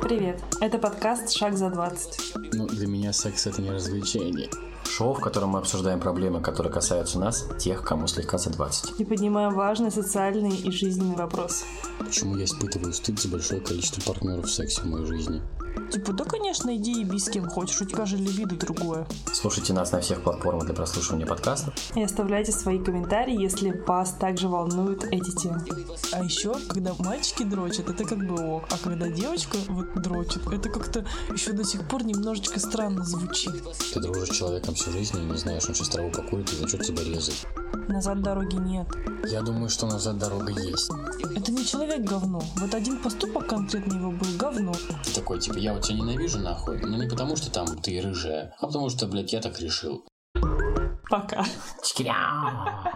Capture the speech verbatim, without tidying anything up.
Привет, это подкаст «Шаг за двадцать». Ну, для меня секс — это не развлечение. Шоу, в котором мы обсуждаем проблемы, которые касаются нас, тех, кому слегка за двадцать. И поднимаем важные социальные и жизненные вопросы. Почему я испытываю стыд за большое количество партнеров в сексе в моей жизни? Типа, да, конечно, иди еби с кем хочешь, у тебя же либидо другое. Слушайте нас на всех платформах для прослушивания подкастов. И оставляйте свои комментарии, если вас также волнуют эти темы. А еще, когда мальчики дрочат, это как бы ок. А когда девочка вот дрочит, это как-то еще до сих пор немножечко странно звучит. Ты дружишь с человеком всю жизнь и не знаешь, он сейчас траву покурит и начнет тебя резать. Назад дороги нет. Я думаю, что назад дорога есть. Это не человек говно. Вот один поступок конкретно его был говно. Ты такой, типа, я вот тебя ненавижу нахуй, но не потому, что там ты рыжая, а потому что, блядь, я так решил. Пока. Чикиряу.